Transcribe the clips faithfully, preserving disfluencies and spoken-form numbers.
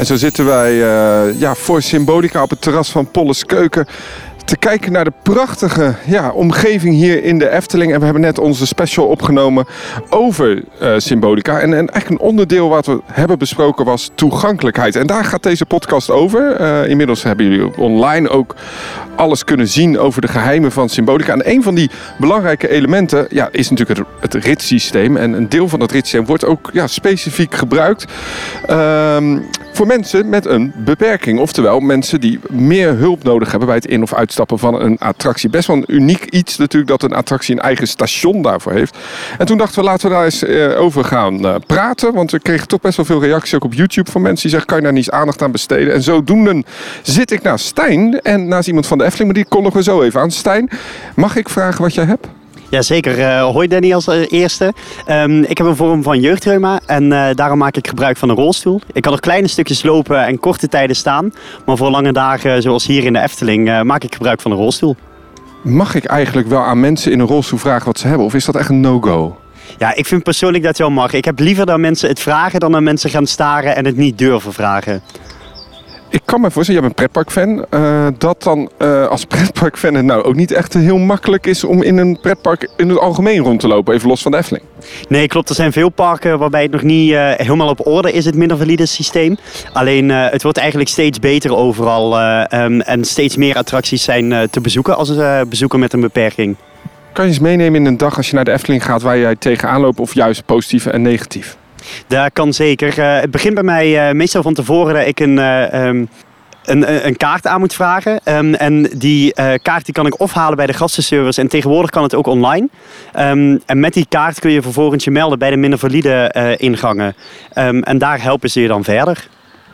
En zo zitten wij uh, ja, voor Symbolica op het terras van Polles Keuken te kijken naar de prachtige ja, omgeving hier in de Efteling. En we hebben net onze special opgenomen over uh, Symbolica. En, en eigenlijk een onderdeel wat we hebben besproken was toegankelijkheid. En daar gaat deze podcast over. Uh, inmiddels hebben jullie online ook alles kunnen zien over de geheimen van Symbolica. En een van die belangrijke elementen ja, is natuurlijk het, het ritssysteem. En een deel van dat ritssysteem wordt ook ja, specifiek gebruikt uh, voor mensen met een beperking. Oftewel mensen die meer hulp nodig hebben bij het in- of uitstappen van een attractie. Best wel een uniek iets natuurlijk dat een attractie een eigen station daarvoor heeft. En toen dachten we, laten we daar eens uh, over gaan uh, praten. Want we kregen toch best wel veel reacties ook op YouTube van mensen die zeggen, kan je daar niet eens aandacht aan besteden? En zodoende zit ik naast Stijn en naast iemand van de Efteling, maar die kondigen we zo even aan. Stijn, mag ik vragen wat jij hebt? Jazeker. Uh, hoi Danny als uh, eerste. Um, ik heb een vorm van jeugdreuma en uh, daarom maak ik gebruik van een rolstoel. Ik kan nog kleine stukjes lopen en korte tijden staan. Maar voor lange dagen, zoals hier in de Efteling, uh, maak ik gebruik van een rolstoel. Mag ik eigenlijk wel aan mensen in een rolstoel vragen wat ze hebben? Of is dat echt een no-go? Ja, ik vind persoonlijk dat wel mag. Ik heb liever dat mensen het vragen dan dat mensen gaan staren en het niet durven vragen. Ik kan me voorstellen, jij bent een pretparkfan, uh, dat dan uh, als pretparkfan het nou ook niet echt heel makkelijk is om in een pretpark in het algemeen rond te lopen, even los van de Efteling. Nee, klopt. Er zijn veel parken waarbij het nog niet uh, helemaal op orde is, het minder valide systeem. Alleen uh, het wordt eigenlijk steeds beter overal uh, um, en steeds meer attracties zijn uh, te bezoeken als uh, bezoeker met een beperking. Kan je eens meenemen in een dag als je naar de Efteling gaat waar jij tegenaan loopt of juist positief en negatief? Dat kan zeker. Uh, het begint bij mij uh, meestal van tevoren dat ik een, uh, um, een, een kaart aan moet vragen. Um, en die uh, kaart die kan ik ophalen bij de gastenservice. En tegenwoordig kan het ook online. Um, en met die kaart kun je vervolgens je melden bij de minder valide uh, ingangen. Um, en daar helpen ze je dan verder.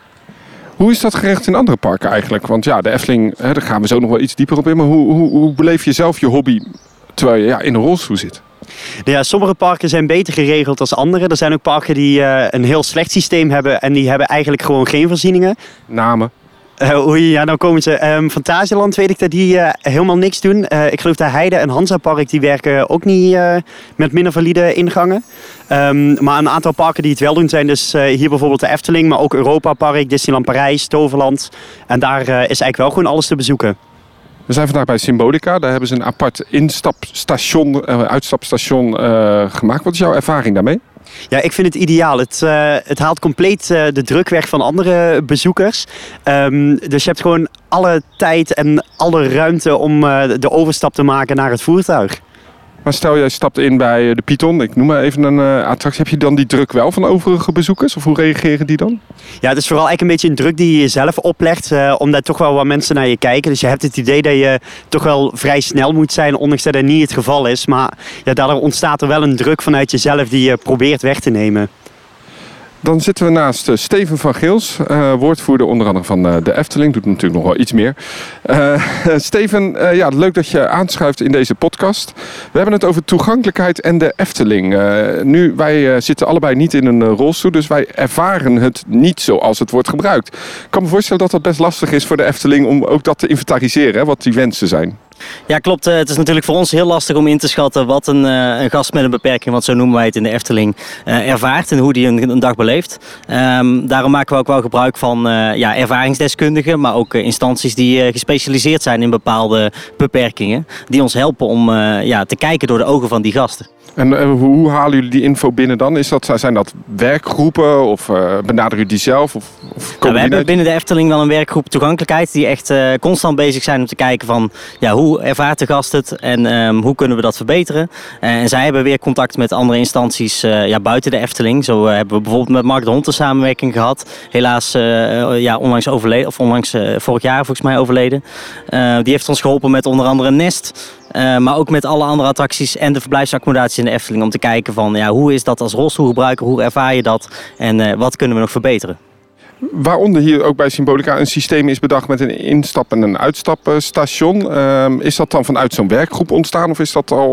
Hoe is dat geregeld in andere parken eigenlijk? Want ja, de Efteling, hè, daar gaan we zo nog wel iets dieper op in. Maar hoe, hoe, hoe beleef je zelf je hobby terwijl je ja, in een rolstoel zit? Ja, sommige parken zijn beter geregeld dan andere. Er zijn ook parken die uh, een heel slecht systeem hebben en die hebben eigenlijk gewoon geen voorzieningen. Namen? Uh, ja, nou komen ze. Um, Fantasieland weet ik dat die uh, helemaal niks doen. Uh, ik geloof dat Heide en Hansa Park die werken ook niet uh, met minder valide ingangen. Um, maar een aantal parken die het wel doen zijn dus uh, hier bijvoorbeeld de Efteling, maar ook Europa Park, Disneyland Parijs, Toverland. En daar uh, is eigenlijk wel gewoon alles te bezoeken. We zijn vandaag bij Symbolica. Daar hebben ze een apart instapstation, uh, uitstapstation uh, gemaakt. Wat is jouw ervaring daarmee? Ja, ik vind het ideaal. Het, uh, het haalt compleet uh, de druk weg van andere bezoekers. Um, dus je hebt gewoon alle tijd en alle ruimte om uh, de overstap te maken naar het voertuig. Maar stel jij stapt in bij de Python, ik noem maar even een uh, attractie. Heb je dan die druk wel van overige bezoekers? Of hoe reageren die dan? Ja, het is vooral eigenlijk een beetje een druk die je jezelf oplegt. Uh, omdat toch wel wat mensen naar je kijken. Dus je hebt het idee dat je toch wel vrij snel moet zijn. Ondanks dat dat niet het geval is. Maar ja, daardoor ontstaat er wel een druk vanuit jezelf die je probeert weg te nemen. Dan zitten we naast uh, Steven van Geels, uh, woordvoerder onder andere van uh, de Efteling. Doet natuurlijk nog wel iets meer. Uh, Steven, uh, ja, leuk dat je aanschuift in deze podcast. We hebben het over toegankelijkheid en de Efteling. Uh, nu, wij uh, zitten allebei niet in een uh, rolstoel, dus wij ervaren het niet zoals het wordt gebruikt. Ik kan me voorstellen dat dat best lastig is voor de Efteling om ook dat te inventariseren, hè, wat die wensen zijn. Ja, klopt. Het is natuurlijk voor ons heel lastig om in te schatten wat een, een gast met een beperking, want zo noemen wij het in de Efteling, uh, ervaart en hoe die een, een dag beleeft. Um, daarom maken we ook wel gebruik van uh, ja, ervaringsdeskundigen, maar ook uh, instanties die uh, gespecialiseerd zijn in bepaalde beperkingen, die ons helpen om uh, ja, te kijken door de ogen van die gasten. En uh, hoe halen jullie die info binnen dan? Is dat, zijn dat werkgroepen of uh, benaderen jullie die zelf? Of, of nou, we hebben binnen de Efteling wel een werkgroep toegankelijkheid die echt uh, constant bezig zijn om te kijken van ja, hoe ervaart de gast het en um, hoe kunnen we dat verbeteren. Uh, en zij hebben weer contact met andere instanties uh, ja, buiten de Efteling. Zo uh, hebben we bijvoorbeeld met Mark de Hond een samenwerking gehad. Helaas uh, ja, onlangs overleden, of onlangs uh, vorig jaar volgens mij overleden. Uh, die heeft ons geholpen met onder andere Nest. Uh, maar ook met alle andere attracties en de verblijfsaccommodaties in de Efteling. Om te kijken van ja, hoe is dat als rolstoelgebruiker, hoe ervaar je dat en uh, wat kunnen we nog verbeteren. Waaronder hier ook bij Symbolica een systeem is bedacht met een instap- en een uitstapstation. Uh, is dat dan vanuit zo'n werkgroep ontstaan of is dat al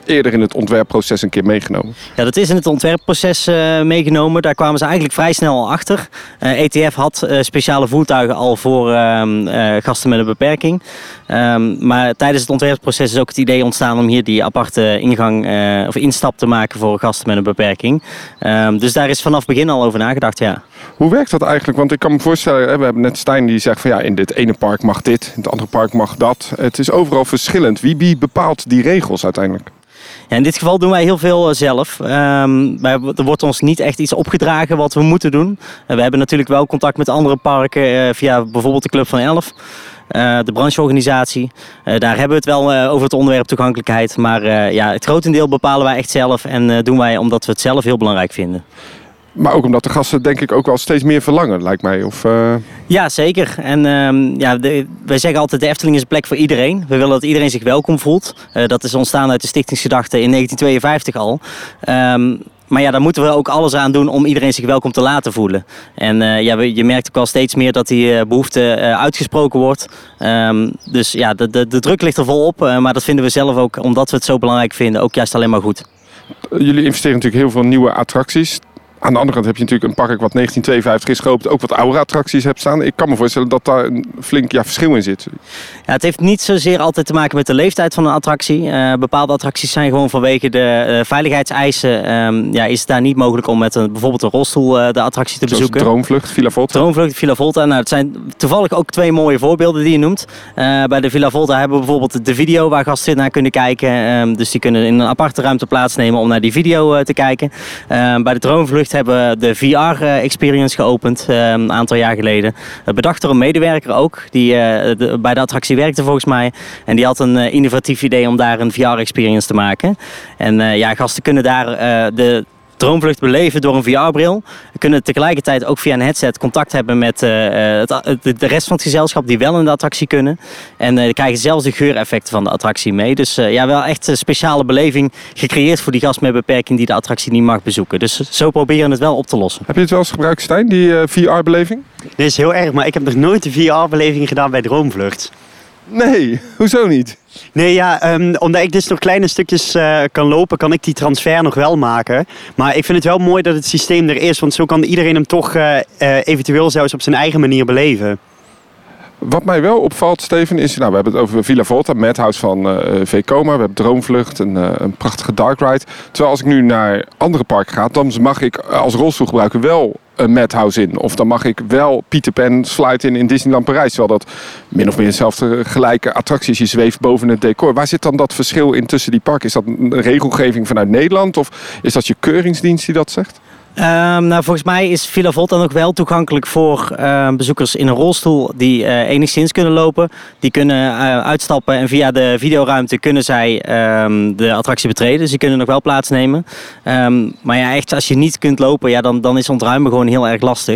eerder in het ontwerpproces een keer meegenomen? Ja, dat is in het ontwerpproces uh, meegenomen. Daar kwamen ze eigenlijk vrij snel al achter. Uh, E T F had uh, speciale voertuigen al voor uh, uh, gasten met een beperking. Um, maar tijdens het ontwerpproces is ook het idee ontstaan om hier die aparte ingang uh, of instap te maken voor gasten met een beperking. Um, dus daar is vanaf begin al over nagedacht, ja. Hoe werkt dat eigenlijk? Want ik kan me voorstellen, we hebben net Stijn die zegt van ja, in dit ene park mag dit, in het andere park mag dat. Het is overal verschillend. Wie bepaalt die regels uiteindelijk? Ja, in dit geval doen wij heel veel zelf. Um, wij, er wordt ons niet echt iets opgedragen wat we moeten doen. Uh, we hebben natuurlijk wel contact met andere parken uh, via bijvoorbeeld de Club van Elf. Uh, de brancheorganisatie. Uh, daar hebben we het wel uh, over het onderwerp toegankelijkheid. Maar uh, ja, het grotendeel bepalen wij echt zelf en uh, doen wij omdat we het zelf heel belangrijk vinden. Maar ook omdat de gasten denk ik ook wel steeds meer verlangen, lijkt mij. Of, uh... Ja, zeker. En um, ja, de, wij zeggen altijd de Efteling is een plek voor iedereen. We willen dat iedereen zich welkom voelt. Uh, dat is ontstaan uit de stichtingsgedachte in negentien tweeënvijftig al. Um, Maar ja, daar moeten we ook alles aan doen om iedereen zich welkom te laten voelen. En uh, ja, je merkt ook al steeds meer dat die uh, behoefte uh, uitgesproken wordt. Um, dus ja, de, de, de druk ligt er volop. Uh, maar dat vinden we zelf ook, omdat we het zo belangrijk vinden, ook juist alleen maar goed. Jullie investeren natuurlijk heel veel nieuwe attracties. Aan de andere kant heb je natuurlijk een park wat negentien tweeënvijftig is geopend, ook wat oude attracties hebt staan. Ik kan me voorstellen dat daar een flink ja, verschil in zit. Ja, het heeft niet zozeer altijd te maken met de leeftijd van een attractie. Uh, bepaalde attracties zijn gewoon vanwege de uh, veiligheidseisen. Um, ja, is het daar niet mogelijk om met een, bijvoorbeeld een rolstoel uh, de attractie te Zoals bezoeken. Droomvlucht, Villa Volta. Droomvlucht, Villa Volta. Nou, het zijn toevallig ook twee mooie voorbeelden die je noemt. Uh, bij de Villa Volta hebben we bijvoorbeeld de video waar gasten naar kunnen kijken. Um, dus die kunnen in een aparte ruimte plaatsnemen om naar die video uh, te kijken. Uh, bij de Droomvlucht hebben we de V R-experience geopend uh, een aantal jaar geleden. Uh, bedacht door een medewerker ook, die uh, de, bij de attractie werkte volgens mij. En die had een uh, innovatief idee om daar een V R-experience te maken. En uh, ja, gasten kunnen daar uh, de Droomvlucht beleven door een V R-bril. We kunnen tegelijkertijd ook via een headset contact hebben met uh, het, de, de rest van het gezelschap die wel in de attractie kunnen. En uh, krijgen zelfs de geureffecten van de attractie mee. Dus uh, ja, wel echt een speciale beleving gecreëerd voor die gast met beperking die de attractie niet mag bezoeken. Dus zo proberen we het wel op te lossen. Heb je het wel eens gebruikt, Stijn, die uh, V R-beleving? Dit is heel erg, maar ik heb nog nooit de V R-beleving gedaan bij Droomvlucht. Nee, hoezo niet? Nee, ja, um, omdat ik dus nog kleine stukjes uh, kan lopen, kan ik die transfer nog wel maken. Maar ik vind het wel mooi dat het systeem er is, want zo kan iedereen hem toch uh, uh, eventueel zelfs op zijn eigen manier beleven. Wat mij wel opvalt, Steven, is... Nou, we hebben het over Villa Volta, Madhouse van uh, Vekoma. We hebben Droomvlucht, een, uh, een prachtige dark ride. Terwijl als ik nu naar andere parken ga, dan mag ik als rolstoelgebruiker wel een Madhouse in. Of dan mag ik wel Peter Pan slide in in Disneyland Parijs. Terwijl dat min of meer dezelfde gelijke attracties. Je zweeft boven het decor. Waar zit dan dat verschil in tussen die parken? Is dat een regelgeving vanuit Nederland? Of is dat je keuringsdienst die dat zegt? Um, nou, volgens mij is Villa Volta dan ook wel toegankelijk voor uh, bezoekers in een rolstoel die uh, enigszins kunnen lopen. Die kunnen uh, uitstappen en via de videoruimte kunnen zij um, de attractie betreden. Dus die kunnen nog wel plaatsnemen. Um, maar ja, echt als je niet kunt lopen, ja, dan, dan is ontruimen gewoon heel erg lastig.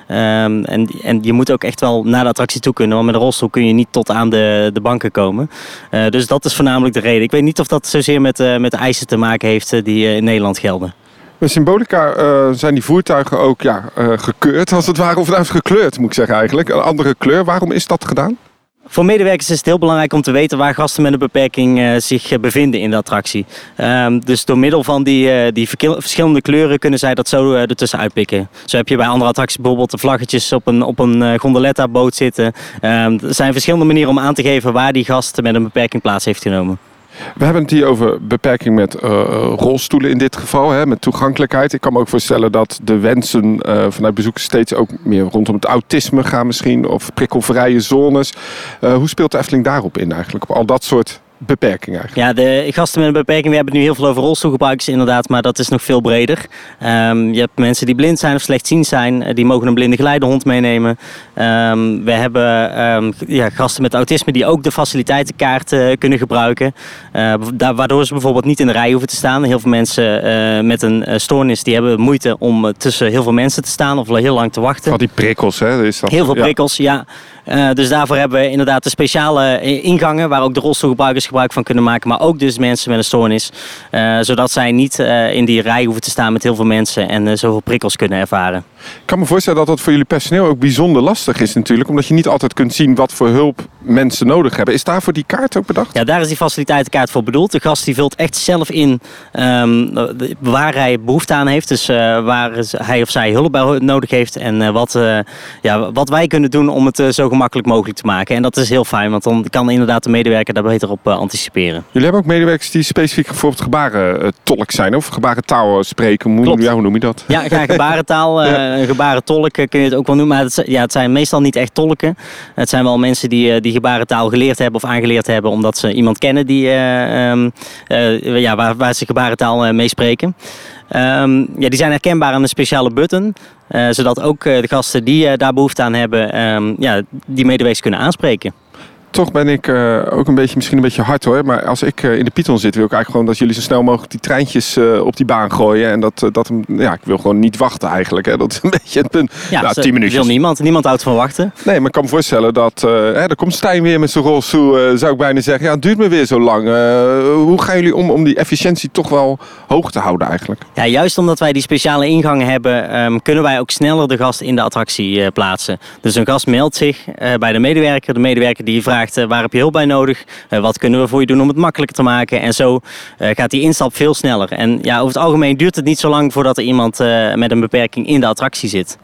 Um, en, en je moet ook echt wel naar de attractie toe kunnen. Want met een rolstoel kun je niet tot aan de, de banken komen. Uh, dus dat is voornamelijk de reden. Ik weet niet of dat zozeer met, uh, met de eisen te maken heeft uh, die uh, in Nederland gelden. Bij Symbolica uh, zijn die voertuigen ook ja, uh, gekeurd als het ware. Of nou gekleurd moet ik zeggen eigenlijk. Een andere kleur. Waarom is dat gedaan? Voor medewerkers is het heel belangrijk om te weten waar gasten met een beperking uh, zich uh, bevinden in de attractie. Um, dus door middel van die, uh, die verschillende kleuren kunnen zij dat zo uh, ertussen uitpikken. Zo heb je bij andere attracties bijvoorbeeld de vlaggetjes op een, op een uh, gondoletta boot zitten. Um, er zijn verschillende manieren om aan te geven waar die gast met een beperking plaats heeft genomen. We hebben het hier over beperking met uh, rolstoelen in dit geval, hè, met toegankelijkheid. Ik kan me ook voorstellen dat de wensen uh, vanuit bezoekers steeds ook meer rondom het autisme gaan misschien. Of prikkelvrije zones. Uh, hoe speelt de Efteling daarop in eigenlijk? Op al dat soort beperkingen eigenlijk? Ja, de gasten met een beperking, we hebben het nu heel veel over rolstoelgebruikers inderdaad, maar dat is nog veel breder. Um, je hebt mensen die blind zijn of slechtziend zijn, die mogen een blinde geleidehond meenemen. Um, we hebben um, ja, gasten met autisme die ook de faciliteitenkaart uh, kunnen gebruiken. Uh, daar, waardoor ze bijvoorbeeld niet in de rij hoeven te staan. Heel veel mensen uh, met een uh, stoornis die hebben moeite om uh, tussen heel veel mensen te staan of heel lang te wachten. Al die prikkels, hè? Is dat, heel veel ja. prikkels, ja. Uh, dus daarvoor hebben we inderdaad de speciale ingangen waar ook de rolstoelgebruikers gebruik van kunnen maken, maar ook dus mensen met een stoornis. Uh, zodat zij niet uh, in die rij hoeven te staan met heel veel mensen en uh, zoveel prikkels kunnen ervaren. Ik kan me voorstellen dat dat voor jullie personeel ook bijzonder lastig is natuurlijk, omdat je niet altijd kunt zien wat voor hulp mensen nodig hebben. Is daarvoor die kaart ook bedacht? Ja, daar is die faciliteitenkaart voor bedoeld. De gast die vult echt zelf in um, waar hij behoefte aan heeft, dus uh, waar hij of zij hulp bij nodig heeft en uh, wat, uh, ja, wat wij kunnen doen om het uh, zo gemakkelijk mogelijk te maken. En dat is heel fijn, want dan kan inderdaad de medewerker daar beter op uh, anticiperen. Jullie hebben ook medewerkers die specifiek bijvoorbeeld gebarentolk zijn of gebarentaal spreken. Hoe, ja, hoe noem je dat? Ja, ja gebarentaal, uh, ja. gebarentolk kun je het ook wel noemen, maar het, ja, het zijn meestal niet echt tolken. Het zijn wel mensen die, die gebarentaal geleerd hebben of aangeleerd hebben omdat ze iemand kennen die, uh, um, uh, ja, waar, waar ze gebarentaal uh, mee spreken. Um, ja, die zijn herkenbaar aan een speciale button, uh, zodat ook uh, de gasten die uh, daar behoefte aan hebben, um, ja, die medewerkers kunnen aanspreken. Toch ben ik uh, ook een beetje, misschien een beetje hard hoor, maar als ik uh, in de Python zit, wil ik eigenlijk gewoon dat jullie zo snel mogelijk die treintjes uh, op die baan gooien. En dat, uh, dat ja, ik wil gewoon niet wachten eigenlijk. Hè. Dat is een beetje het punt. Ja, nou, tien minuutjes. Wil niemand. Niemand houdt van wachten. Nee, maar ik kan me voorstellen dat, uh, hè, er komt Stijn weer met zijn rolstoel, uh, zou ik bijna zeggen. Ja, het duurt me weer zo lang. Uh, hoe gaan jullie om om die efficiëntie toch wel hoog te houden eigenlijk? Ja, juist omdat wij die speciale ingangen hebben, um, kunnen wij ook sneller de gast in de attractie uh, plaatsen. Dus een gast meldt zich uh, bij de medewerker. De medewerker die vraagt uh, waar heb je hulp bij nodig? Uh, wat kunnen we voor je doen om het makkelijker te maken? En zo uh, gaat die instap veel sneller. En ja, over het algemeen duurt het niet zo lang voordat er iemand uh, met een beperking in de attractie zit.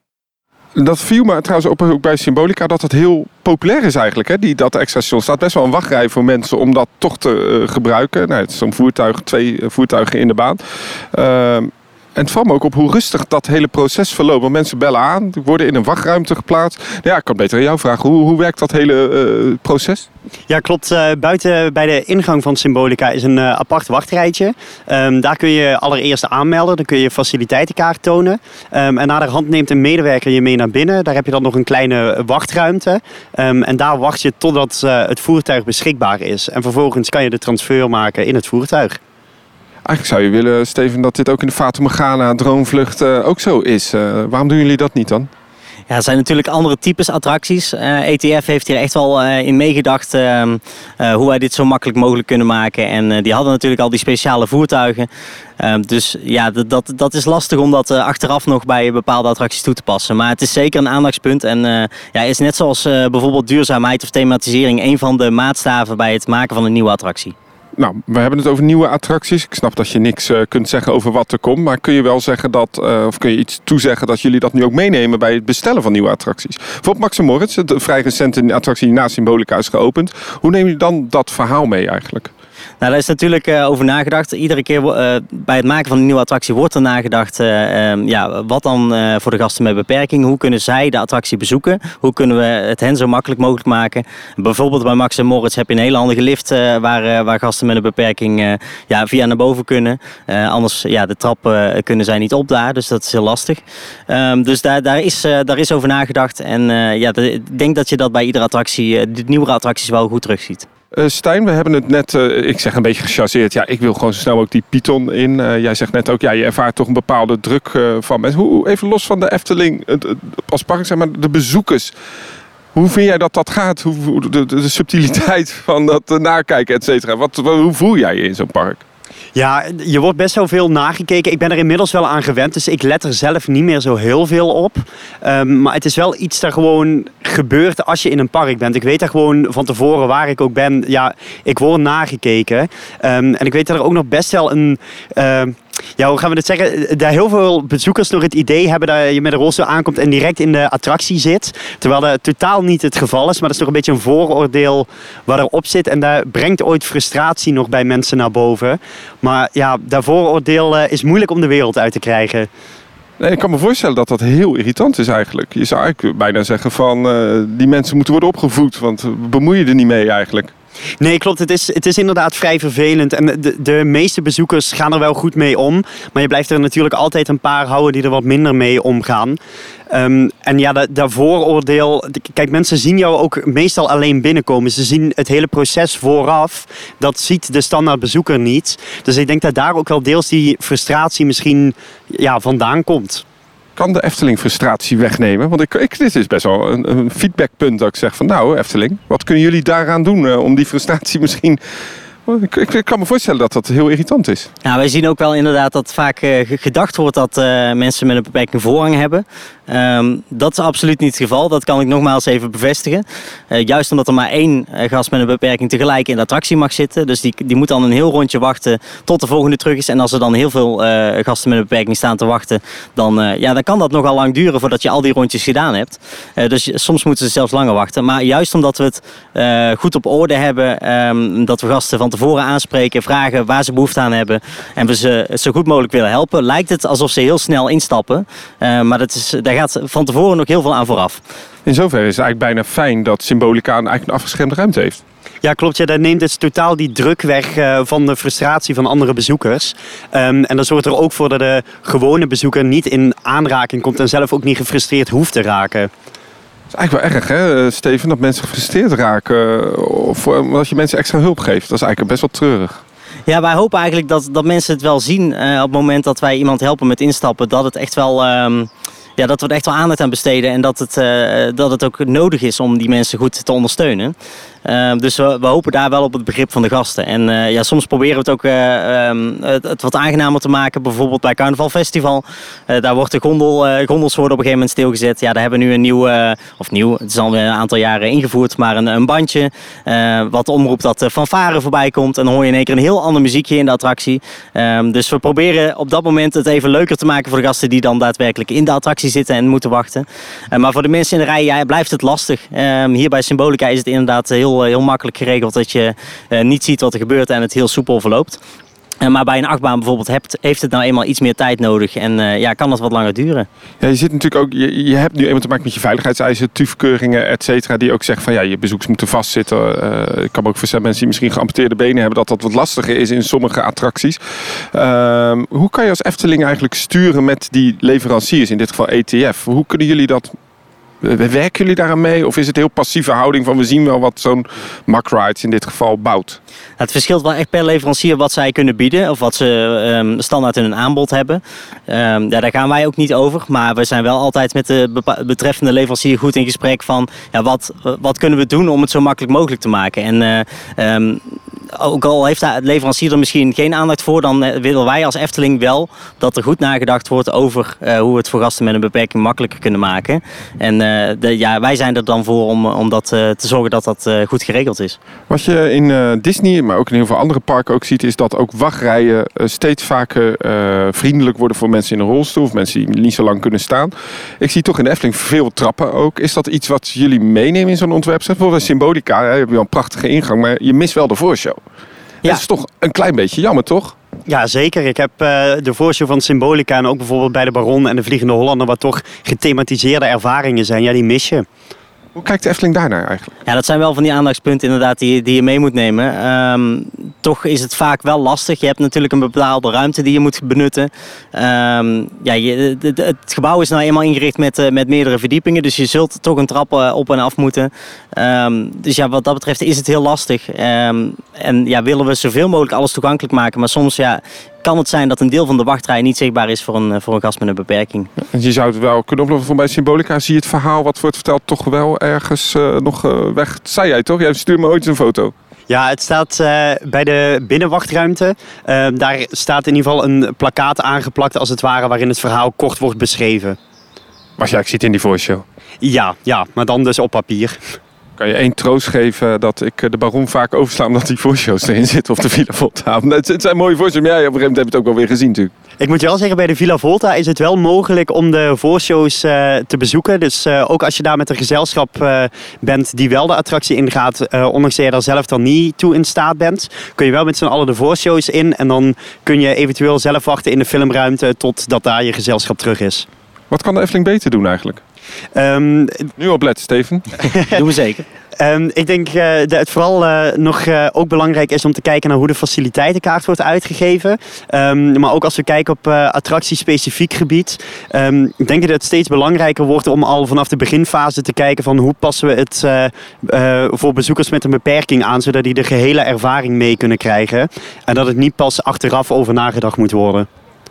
Dat viel me trouwens op ook bij Symbolica dat het heel populair is eigenlijk. Hè? Die, dat extra station staat best wel een wachtrij voor mensen om dat toch te uh, gebruiken. Nou, het is zo'n voertuig, twee uh, voertuigen in de baan. Uh, En het valt me ook op hoe rustig dat hele proces verloopt. Want mensen bellen aan, worden in een wachtruimte geplaatst. Nou ja, ik kan beter aan jou vragen. Hoe, hoe werkt dat hele uh, proces? Ja, klopt. Uh, buiten bij de ingang van Symbolica is een uh, apart wachtrijtje. Um, daar kun je allereerst aanmelden. Dan kun je je faciliteitenkaart tonen. Um, en naderhand neemt een medewerker je mee naar binnen. Daar heb je dan nog een kleine wachtruimte. Um, en daar wacht je totdat uh, het voertuig beschikbaar is. En vervolgens kan je de transfer maken in het voertuig. Eigenlijk zou je willen, Steven, dat dit ook in de Fata Morgana droomvlucht uh, ook zo is. Uh, waarom doen jullie dat niet dan? Ja, er zijn natuurlijk andere types attracties. Uh, E T F heeft hier echt wel uh, in meegedacht uh, uh, hoe wij dit zo makkelijk mogelijk kunnen maken. En uh, die hadden natuurlijk al die speciale voertuigen. Uh, dus ja, dat, dat, dat is lastig om dat uh, achteraf nog bij bepaalde attracties toe te passen. Maar het is zeker een aandachtspunt. En uh, ja, is net zoals uh, bijvoorbeeld duurzaamheid of thematisering een van de maatstaven bij het maken van een nieuwe attractie. Nou, we hebben het over nieuwe attracties. Ik snap dat je niks uh, kunt zeggen over wat er komt. Maar kun je wel zeggen dat, uh, of kun je iets toezeggen dat jullie dat nu ook meenemen bij het bestellen van nieuwe attracties? Bijvoorbeeld Max en Moritz, de vrij recente attractie die naast Symbolica is geopend. Hoe neem je dan dat verhaal mee eigenlijk? Nou, daar is natuurlijk uh, over nagedacht. Iedere keer uh, bij het maken van een nieuwe attractie wordt er nagedacht. Uh, um, ja, wat dan uh, voor de gasten met beperking? Hoe kunnen zij de attractie bezoeken? Hoe kunnen we het hen zo makkelijk mogelijk maken? Bijvoorbeeld bij Max en Moritz heb je een hele handige lift uh, waar, uh, waar gasten met een beperking uh, ja, via naar boven kunnen. Uh, anders, ja, de trap uh, kunnen zij niet op daar, dus dat is heel lastig. Um, dus daar, daar, is, uh, daar is over nagedacht. En uh, ja, de, ik denk dat je dat bij iedere attractie, uh, de nieuwere attracties wel goed terugziet. Uh, Stijn, we hebben het net, uh, ik zeg een beetje gechargeerd. Ja, ik wil gewoon zo snel ook die Python in. Uh, jij zegt net ook, ja, je ervaart toch een bepaalde druk uh, van mensen. Hoe, even los van de Efteling, uh, als park, zeg maar, de bezoekers. Hoe vind jij dat dat gaat? Hoe, de, de, de subtiliteit van dat uh, nakijken, et cetera. Wat, wat, hoe voel jij je in zo'n park? Ja, je wordt best wel veel nagekeken. Ik ben er inmiddels wel aan gewend, dus ik let er zelf niet meer zo heel veel op. Um, maar het is wel iets dat gewoon gebeurt als je in een park bent. Ik weet dat gewoon van tevoren waar ik ook ben, ja, ik word nagekeken. Um, en ik weet dat er ook nog best wel een... Uh, Ja, hoe gaan we dit zeggen? Dat heel veel bezoekers nog het idee hebben dat je met een rolstoel aankomt en direct in de attractie zit. Terwijl dat totaal niet het geval is. Maar dat is nog een beetje een vooroordeel wat erop zit. En dat brengt ooit frustratie nog bij mensen naar boven. Maar ja, dat vooroordeel is moeilijk om de wereld uit te krijgen. Nee, ik kan me voorstellen dat dat heel irritant is eigenlijk. Je zou eigenlijk bijna zeggen van uh, die mensen moeten worden opgevoed. Want bemoei je er niet mee eigenlijk. Nee, klopt. Het is, het is inderdaad vrij vervelend. En de, de meeste bezoekers gaan er wel goed mee om. Maar je blijft er natuurlijk altijd een paar houden die er wat minder mee omgaan. Um, en ja, dat, dat vooroordeel... Kijk, mensen zien jou ook meestal alleen binnenkomen. Ze zien het hele proces vooraf. Dat ziet de standaard bezoeker niet. Dus ik denk dat daar ook wel deels die frustratie misschien ja, vandaan komt. Ik Kan de Efteling frustratie wegnemen? Want ik, ik, dit is best wel een, een feedbackpunt dat ik zeg van nou Efteling, wat kunnen jullie daaraan doen uh, om die frustratie misschien... Ik, ik, ik kan me voorstellen dat dat heel irritant is. Nou, wij zien ook wel inderdaad dat vaak uh, gedacht wordt dat uh, mensen met een beperking voorrang hebben. Um, dat is absoluut niet het geval. Dat kan ik nogmaals even bevestigen. Uh, juist omdat er maar één uh, gast met een beperking tegelijk in de attractie mag zitten. Dus die, die moet dan een heel rondje wachten tot de volgende terug is. En als er dan heel veel uh, gasten met een beperking staan te wachten, dan, uh, ja, dan kan dat nogal lang duren voordat je al die rondjes gedaan hebt. Uh, dus soms moeten ze zelfs langer wachten. Maar juist omdat we het uh, goed op orde hebben, um, dat we gasten van tevoren aanspreken, vragen waar ze behoefte aan hebben en we ze zo goed mogelijk willen helpen, lijkt het alsof ze heel snel instappen. Uh, maar dat is, daar gaat van tevoren nog heel veel aan vooraf. In zoverre is het eigenlijk bijna fijn dat Symbolica een, eigenlijk een afgeschermde ruimte heeft. Ja, klopt. Ja, dat neemt dus totaal die druk weg uh, van de frustratie van andere bezoekers. Um, en dat zorgt er ook voor dat de gewone bezoeker niet in aanraking komt en zelf ook niet gefrustreerd hoeft te raken. Het is eigenlijk wel erg, hè, Steven, dat mensen gefrustreerd raken of omdat je mensen extra hulp geeft. Dat is eigenlijk best wel treurig. Ja, wij hopen eigenlijk dat, dat mensen het wel zien uh, op het moment dat wij iemand helpen met instappen. Dat het echt wel... Um... Ja, dat we er echt wel aandacht aan besteden en dat het, uh, dat het ook nodig is om die mensen goed te ondersteunen. Uh, dus we, we hopen daar wel op het begrip van de gasten. En uh, ja, soms proberen we het ook uh, um, het, het wat aangenamer te maken. Bijvoorbeeld bij Carnaval Festival. Uh, daar wordt de gondel, uh, gondels worden op een gegeven moment stilgezet. Ja, daar hebben we nu een nieuw, uh, of nieuw, het is alweer een aantal jaren ingevoerd, maar een, een bandje. Uh, wat omroept dat de fanfare voorbij komt. En dan hoor je in één keer een heel ander muziekje in de attractie. Um, dus we proberen op dat moment het even leuker te maken voor de gasten die dan daadwerkelijk in de attractie zitten en moeten wachten. Uh, maar voor de mensen in de rij ja, blijft het lastig. Uh, hier bij Symbolica is het inderdaad heel, heel makkelijk geregeld dat je uh, niet ziet wat er gebeurt en het heel soepel verloopt. Uh, maar bij een achtbaan bijvoorbeeld hebt, heeft het nou eenmaal iets meer tijd nodig en uh, ja, kan dat wat langer duren. Ja, je zit natuurlijk ook, je, je hebt nu eenmaal te maken met je veiligheidseisen, T U V-keuringen, et cetera, die ook zeggen van ja, je bezoekers moeten vastzitten. Uh, ik kan me ook voorstellen mensen die misschien geamputeerde benen hebben, dat dat wat lastiger is in sommige attracties. Uh, hoe kan je als Efteling eigenlijk sturen met die leveranciers, in dit geval E T F? Hoe kunnen jullie dat... Werken jullie daaraan mee? Of is het heel passieve houding van we zien wel wat zo'n MacRides in dit geval bouwt? Het verschilt wel echt per leverancier wat zij kunnen bieden of wat ze um, standaard in hun aanbod hebben. Um, ja, daar gaan wij ook niet over. Maar we zijn wel altijd met de bepa- betreffende leverancier goed in gesprek van ja, wat, wat kunnen we doen om het zo makkelijk mogelijk te maken. En uh, um, ook al heeft de leverancier er misschien geen aandacht voor, dan willen wij als Efteling wel dat er goed nagedacht wordt over uh, hoe we het voor gasten met een beperking makkelijker kunnen maken. En uh, de, ja, wij zijn er dan voor om, om dat, uh, te zorgen dat dat uh, goed geregeld is. Wat je in uh, Disney, maar ook in heel veel andere parken ook ziet, is dat ook wachtrijen uh, steeds vaker uh, vriendelijk worden voor mensen in een rolstoel of mensen die niet zo lang kunnen staan. Ik zie toch in de Efteling veel trappen ook. Is dat iets wat jullie meenemen in zo'n ontwerp? Bijvoorbeeld bij Symbolica, hè, heb je wel een prachtige ingang, maar je mist wel de voorshow. Ja. Dat is toch een klein beetje jammer, toch? Ja, zeker. Ik heb uh, de voorshow van Symbolica en ook bijvoorbeeld bij de Baron en de Vliegende Hollander, wat toch gethematiseerde ervaringen zijn. Ja, die mis je. Hoe kijkt de Efteling daarnaar eigenlijk? Ja, dat zijn wel van die aandachtspunten inderdaad die, die je mee moet nemen. Um, toch is het vaak wel lastig. Je hebt natuurlijk een bepaalde ruimte die je moet benutten. Um, ja, je, het, het gebouw is nou eenmaal ingericht met, uh, met meerdere verdiepingen. Dus je zult toch een trap uh, op en af moeten. Um, dus ja, wat dat betreft is het heel lastig. Um, en ja, willen we zoveel mogelijk alles toegankelijk maken. Maar soms ja, kan het zijn dat een deel van de wachtrij niet zichtbaar is voor een, voor een gast met een beperking. Ja, en je zou het wel kunnen oplossen. Voor bij Symbolica zie je het verhaal wat wordt verteld toch wel ergens uh, nog uh, weg. Dat zei jij toch? Jij stuurde me ooit een foto. Ja, het staat uh, bij de binnenwachtruimte. Uh, daar staat in ieder geval een plakkaat aangeplakt als het ware waarin het verhaal kort wordt beschreven. Maar ja, ik zit in die voice-show. Ja, ja, maar dan dus op papier. Kan je één troost geven dat ik de Baron vaak oversla omdat die voorshows erin zitten of de Villa Volta. Het, het zijn mooie voorshows, maar ja, op een gegeven moment heb je het ook wel weer gezien natuurlijk. Ik moet je wel zeggen, bij de Villa Volta is het wel mogelijk om de voorshows uh, te bezoeken. Dus uh, ook als je daar met een gezelschap uh, bent die wel de attractie ingaat, uh, ondanks dat je daar zelf dan niet toe in staat bent, kun je wel met z'n allen de voorshows in en dan kun je eventueel zelf wachten in de filmruimte totdat daar je gezelschap terug is. Wat kan de Efteling beter doen eigenlijk? Um, nu opletten, Steven. Doen we zeker. Um, ik denk uh, dat het vooral uh, nog uh, ook belangrijk is om te kijken naar hoe de faciliteitenkaart wordt uitgegeven. Um, maar ook als we kijken op uh, attractiespecifiek gebied. Um, denk ik dat het steeds belangrijker wordt om al vanaf de beginfase te kijken van hoe passen we het uh, uh, voor bezoekers met een beperking aan, zodat die de gehele ervaring mee kunnen krijgen. En dat het niet pas achteraf over nagedacht moet worden.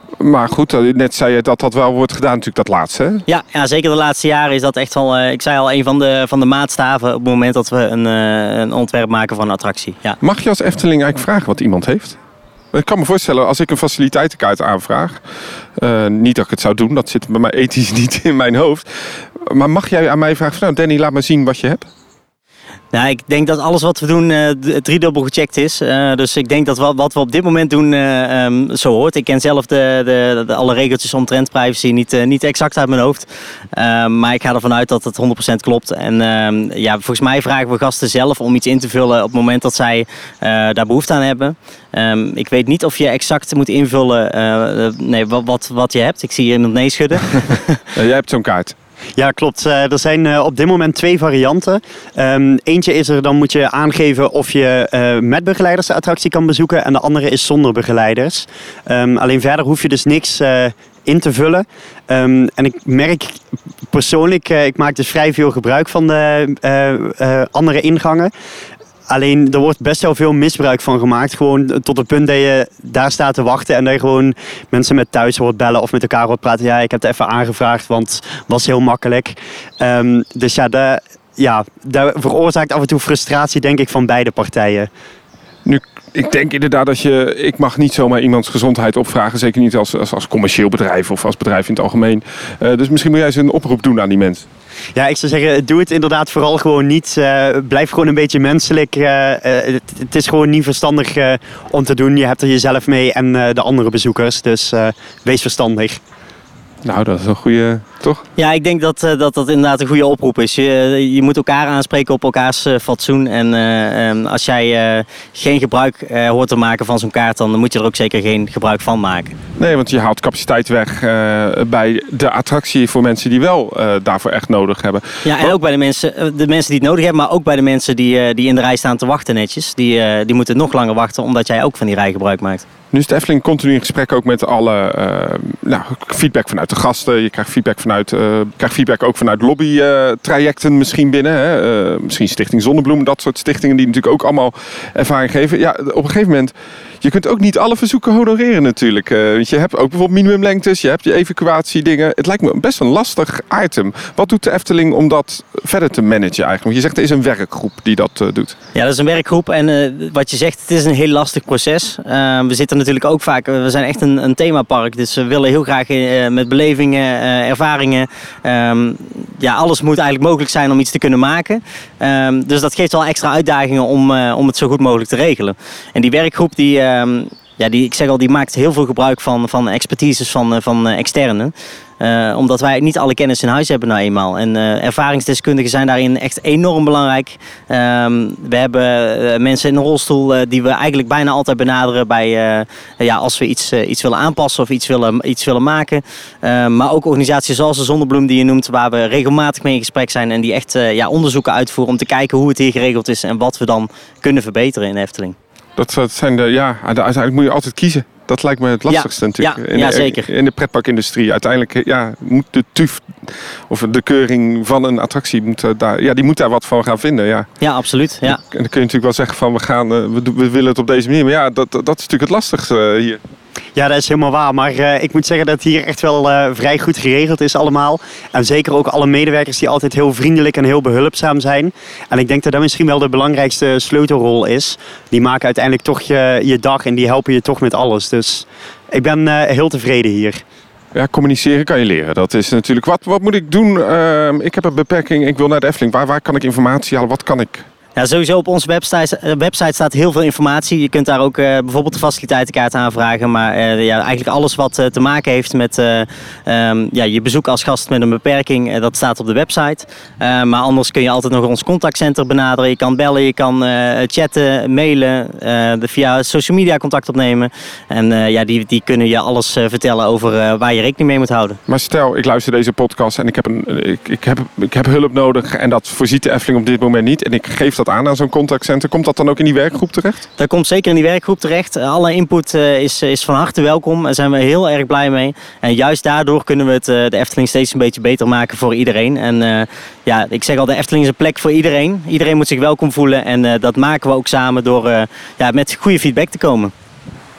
Maar goed, net zei je dat dat wel wordt gedaan, natuurlijk dat laatste. Hè? Ja, ja, zeker de laatste jaren is dat echt wel, uh, ik zei al, een van de, van de maatstaven op het moment dat we een, uh, een ontwerp maken van een attractie. Ja. Mag je als Efteling eigenlijk vragen wat iemand heeft? Ik kan me voorstellen, als ik een faciliteitenkaart aanvraag, uh, niet dat ik het zou doen, dat zit bij mij ethisch niet in mijn hoofd. Maar mag jij aan mij vragen, nou Danny, laat maar zien wat je hebt? Nou, ik denk dat alles wat we doen uh, driedubbel gecheckt is. Uh, dus ik denk dat wat, wat we op dit moment doen uh, um, zo hoort. Ik ken zelf de, de, de, alle regeltjes omtrent privacy niet, uh, niet exact uit mijn hoofd. Uh, maar ik ga ervan uit dat het honderd procent klopt. En uh, ja, volgens mij vragen we gasten zelf om iets in te vullen op het moment dat zij uh, daar behoefte aan hebben. Um, ik weet niet of je exact moet invullen uh, nee, wat, wat, wat je hebt. Ik zie je iemand nee schudden. Ja, jij hebt zo'n kaart. Ja, klopt. Uh, er zijn uh, op dit moment twee varianten. Um, eentje is er, dan moet je aangeven of je uh, met begeleiders de attractie kan bezoeken. En de andere is zonder begeleiders. Um, alleen verder hoef je dus niks uh, in te vullen. Um, en ik merk persoonlijk, uh, ik maak dus vrij veel gebruik van de uh, uh, andere ingangen. Alleen er wordt best wel veel misbruik van gemaakt. Gewoon tot het punt dat je daar staat te wachten en dat je gewoon mensen met thuis hoort bellen of met elkaar hoort praten. Ja, ik heb het even aangevraagd, want het was heel makkelijk. Um, dus ja, de, ja, dat veroorzaakt af en toe frustratie, denk ik, van beide partijen. Nu, ik denk inderdaad dat je... Ik mag niet zomaar iemands gezondheid opvragen. Zeker niet als, als, als commercieel bedrijf of als bedrijf in het algemeen. Uh, dus misschien moet jij eens een oproep doen aan die mensen. Ja, ik zou zeggen, doe het inderdaad vooral gewoon niet. Uh, blijf gewoon een beetje menselijk. Uh, uh, het, het is gewoon niet verstandig uh, om te doen. Je hebt er jezelf mee en uh, de andere bezoekers. Dus uh, wees verstandig. Nou, dat is een goede, toch? Ja, ik denk dat, uh, dat dat inderdaad een goede oproep is. Je, je moet elkaar aanspreken op elkaars uh, fatsoen. En uh, um, als jij uh, geen gebruik uh, hoort te maken van zo'n kaart, dan moet je er ook zeker geen gebruik van maken. Nee, want je haalt capaciteit weg uh, bij de attractie voor mensen die wel uh, daarvoor echt nodig hebben. Ja, en ook bij de mensen, de mensen die het nodig hebben, maar ook bij de mensen die, uh, die in de rij staan te wachten netjes. Die, uh, die moeten nog langer wachten, omdat jij ook van die rij gebruik maakt. Nu is de Efteling continu in gesprek ook met alle uh, nou, feedback vanuit de gasten. Je krijgt feedback, vanuit, uh, krijgt feedback ook vanuit lobbytrajecten uh, misschien binnen. Hè? Uh, misschien Stichting Zonnebloem, dat soort stichtingen die natuurlijk ook allemaal ervaring geven. Ja, op een gegeven moment, je kunt ook niet alle verzoeken honoreren natuurlijk. Uh, want je hebt ook bijvoorbeeld minimumlengtes, je hebt je evacuatiedingen. Het lijkt me best een lastig item. Wat doet de Efteling om dat verder te managen eigenlijk? Want je zegt er is een werkgroep die dat uh, doet. Ja, dat is een werkgroep en uh, wat je zegt, het is een heel lastig proces. Uh, we zitten natuurlijk ook vaak, we zijn echt een, een themapark, dus we willen heel graag uh, met belevingen, uh, ervaringen. Um, ja, alles moet eigenlijk mogelijk zijn om iets te kunnen maken. Um, dus dat geeft wel extra uitdagingen om, uh, om het zo goed mogelijk te regelen. En die werkgroep die... Um, Ja, die, ik zeg al, die maakt heel veel gebruik van, van expertises van, van externen. Uh, omdat wij niet alle kennis in huis hebben nou eenmaal. En uh, ervaringsdeskundigen zijn daarin echt enorm belangrijk. Um, we hebben uh, mensen in een rolstoel uh, die we eigenlijk bijna altijd benaderen bij, uh, ja, als we iets, uh, iets willen aanpassen of iets willen, iets willen maken. Uh, maar ook organisaties zoals de Zonnebloem die je noemt, waar we regelmatig mee in gesprek zijn en die echt uh, ja, onderzoeken uitvoeren om te kijken hoe het hier geregeld is en wat we dan kunnen verbeteren in de Efteling. Dat, dat zijn de, ja, uiteindelijk moet je altijd kiezen. Dat lijkt me het lastigste ja, natuurlijk. Ja, in, ja, de, zeker. In de pretparkindustrie. Uiteindelijk ja, moet de T U F of de keuring van een attractie moet daar, ja, die moet daar wat van gaan vinden. Ja, ja absoluut. Ja. En dan kun je natuurlijk wel zeggen van we, gaan, we, we willen het op deze manier. Maar ja, dat, dat is natuurlijk het lastigste hier. Ja, dat is helemaal waar. Maar uh, ik moet zeggen dat het hier echt wel uh, vrij goed geregeld is allemaal. En zeker ook alle medewerkers die altijd heel vriendelijk en heel behulpzaam zijn. En ik denk dat dat misschien wel de belangrijkste sleutelrol is. Die maken uiteindelijk toch je, je dag en die helpen je toch met alles. Dus ik ben uh, heel tevreden hier. Ja, communiceren kan je leren. Dat is natuurlijk... Wat, wat moet ik doen? Uh, ik heb een beperking, ik wil naar de Efteling. Waar, waar kan ik informatie halen? Wat kan ik... Ja, sowieso op onze website, website staat heel veel informatie. Je kunt daar ook uh, bijvoorbeeld de faciliteitenkaart aanvragen. Maar uh, ja, eigenlijk alles wat uh, te maken heeft met uh, um, ja, je bezoek als gast met een beperking, uh, dat staat op de website. Uh, maar anders kun je altijd nog ons contactcenter benaderen. Je kan bellen, je kan uh, chatten, mailen, uh, de via social media contact opnemen. En uh, ja, die, die kunnen je alles uh, vertellen over uh, waar je rekening mee moet houden. Maar stel, ik luister deze podcast en ik heb, een, ik, ik heb, ik heb hulp nodig en dat voorziet de Efteling op dit moment niet. En ik geef dat aan aan zo'n contactcenter. Komt dat dan ook in die werkgroep terecht? Dat komt zeker in die werkgroep terecht. Alle input uh, is, is van harte welkom. Daar zijn we heel erg blij mee. En juist daardoor kunnen we het, uh, de Efteling steeds een beetje beter maken voor iedereen. En uh, ja, ik zeg al, de Efteling is een plek voor iedereen. Iedereen moet zich welkom voelen. En uh, dat maken we ook samen door uh, ja, met goede feedback te komen.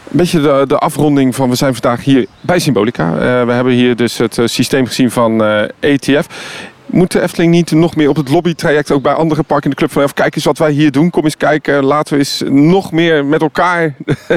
Een beetje de, de afronding van, we zijn vandaag hier bij Symbolica. Uh, we hebben hier dus het uh, systeem gezien van uh, E T F. Moet de Efteling niet nog meer op het lobbytraject ook bij andere parken in de Club van Elf? Kijk eens wat wij hier doen. Kom eens kijken. Laten we eens nog meer met elkaar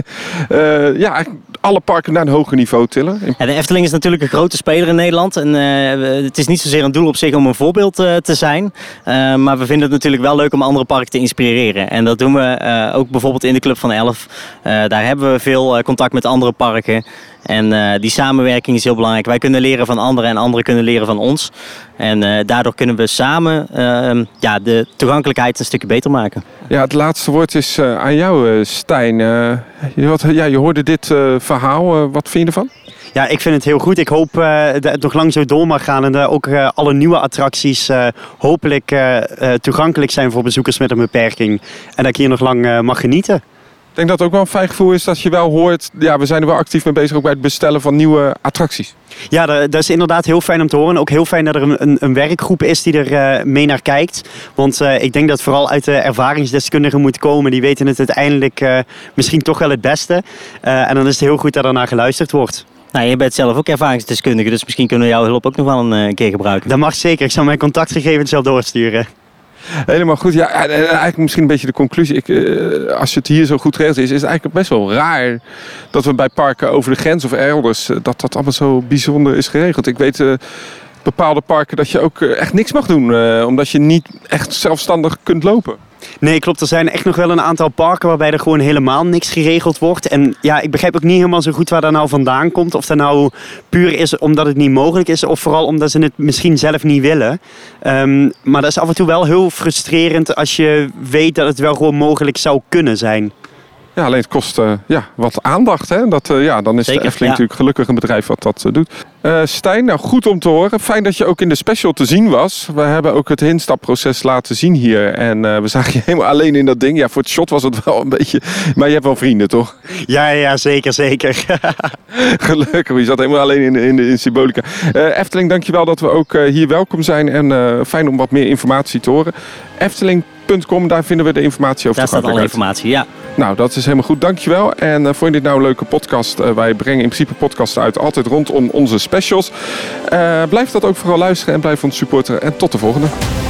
uh, ja, alle parken naar een hoger niveau tillen. Ja, de Efteling is natuurlijk een grote speler in Nederland. En, uh, het is niet zozeer een doel op zich om een voorbeeld uh, te zijn. Uh, maar we vinden het natuurlijk wel leuk om andere parken te inspireren. En dat doen we uh, ook bijvoorbeeld in de Club van Elf. Uh, daar hebben we veel uh, contact met andere parken. En uh, die samenwerking is heel belangrijk. Wij kunnen leren van anderen en anderen kunnen leren van ons. En uh, daardoor kunnen we samen uh, ja, de toegankelijkheid een stukje beter maken. Ja, het laatste woord is uh, aan jou, uh, Stijn. Uh, je, wat, ja, je hoorde dit uh, verhaal. Uh, wat vind je ervan? Ja, ik vind het heel goed. Ik hoop uh, dat het nog lang zo door mag gaan. En uh, ook uh, alle nieuwe attracties uh, hopelijk uh, uh, toegankelijk zijn voor bezoekers met een beperking. En dat ik hier nog lang uh, mag genieten. Ik denk dat het ook wel een fijn gevoel is dat je wel hoort, ja, we zijn er wel actief mee bezig ook bij het bestellen van nieuwe attracties. Ja, dat, dat is inderdaad heel fijn om te horen. Ook heel fijn dat er een, een, een werkgroep is die er uh, mee naar kijkt. Want uh, ik denk dat vooral uit de ervaringsdeskundigen moet komen. Die weten het uiteindelijk uh, misschien toch wel het beste. Uh, en dan is het heel goed dat er naar geluisterd wordt. Nou, je bent zelf ook ervaringsdeskundige, dus misschien kunnen we jouw hulp ook nog wel een uh, keer gebruiken. Dat mag zeker. Ik zal mijn contactgegevens zelf doorsturen. Helemaal goed. Ja, eigenlijk misschien een beetje de conclusie. Ik, uh, als het hier zo goed geregeld is, is het eigenlijk best wel raar dat we bij parken over de grens of elders, uh, dat dat allemaal zo bijzonder is geregeld. Ik weet uh, bepaalde parken dat je ook uh, echt niks mag doen, uh, omdat je niet echt zelfstandig kunt lopen. Nee, klopt. Er zijn echt nog wel een aantal parken waarbij er gewoon helemaal niks geregeld wordt. En ja, ik begrijp ook niet helemaal zo goed waar dat nou vandaan komt. Of dat nou puur is omdat het niet mogelijk is, of vooral omdat ze het misschien zelf niet willen. Um, maar dat is af en toe wel heel frustrerend als je weet dat het wel gewoon mogelijk zou kunnen zijn. Ja, alleen het kost uh, ja, wat aandacht. Hè? Dat, uh, ja, dan is Zeker, de Efteling ja. natuurlijk gelukkig een bedrijf wat dat uh, doet. Uh, Stijn, nou goed om te horen. Fijn dat je ook in de special te zien was. We hebben ook het instapproces laten zien hier. En uh, we zagen je helemaal alleen in dat ding. Ja, voor het shot was het wel een beetje... Maar je hebt wel vrienden, toch? Ja, ja, zeker, zeker. Gelukkig, je zat helemaal alleen in, in, in Symbolica. Uh, Efteling, dankjewel dat we ook uh, hier welkom zijn. En uh, fijn om wat meer informatie te horen. Efteling punt com, daar vinden we de informatie over. Daar staat alle informatie, ja. Nou, dat is helemaal goed. Dankjewel. En uh, vond je dit nou een leuke podcast? Uh, wij brengen in principe podcasten uit altijd rondom onze specials. Uh, blijf dat ook vooral luisteren en blijf ons supporteren. En tot de volgende.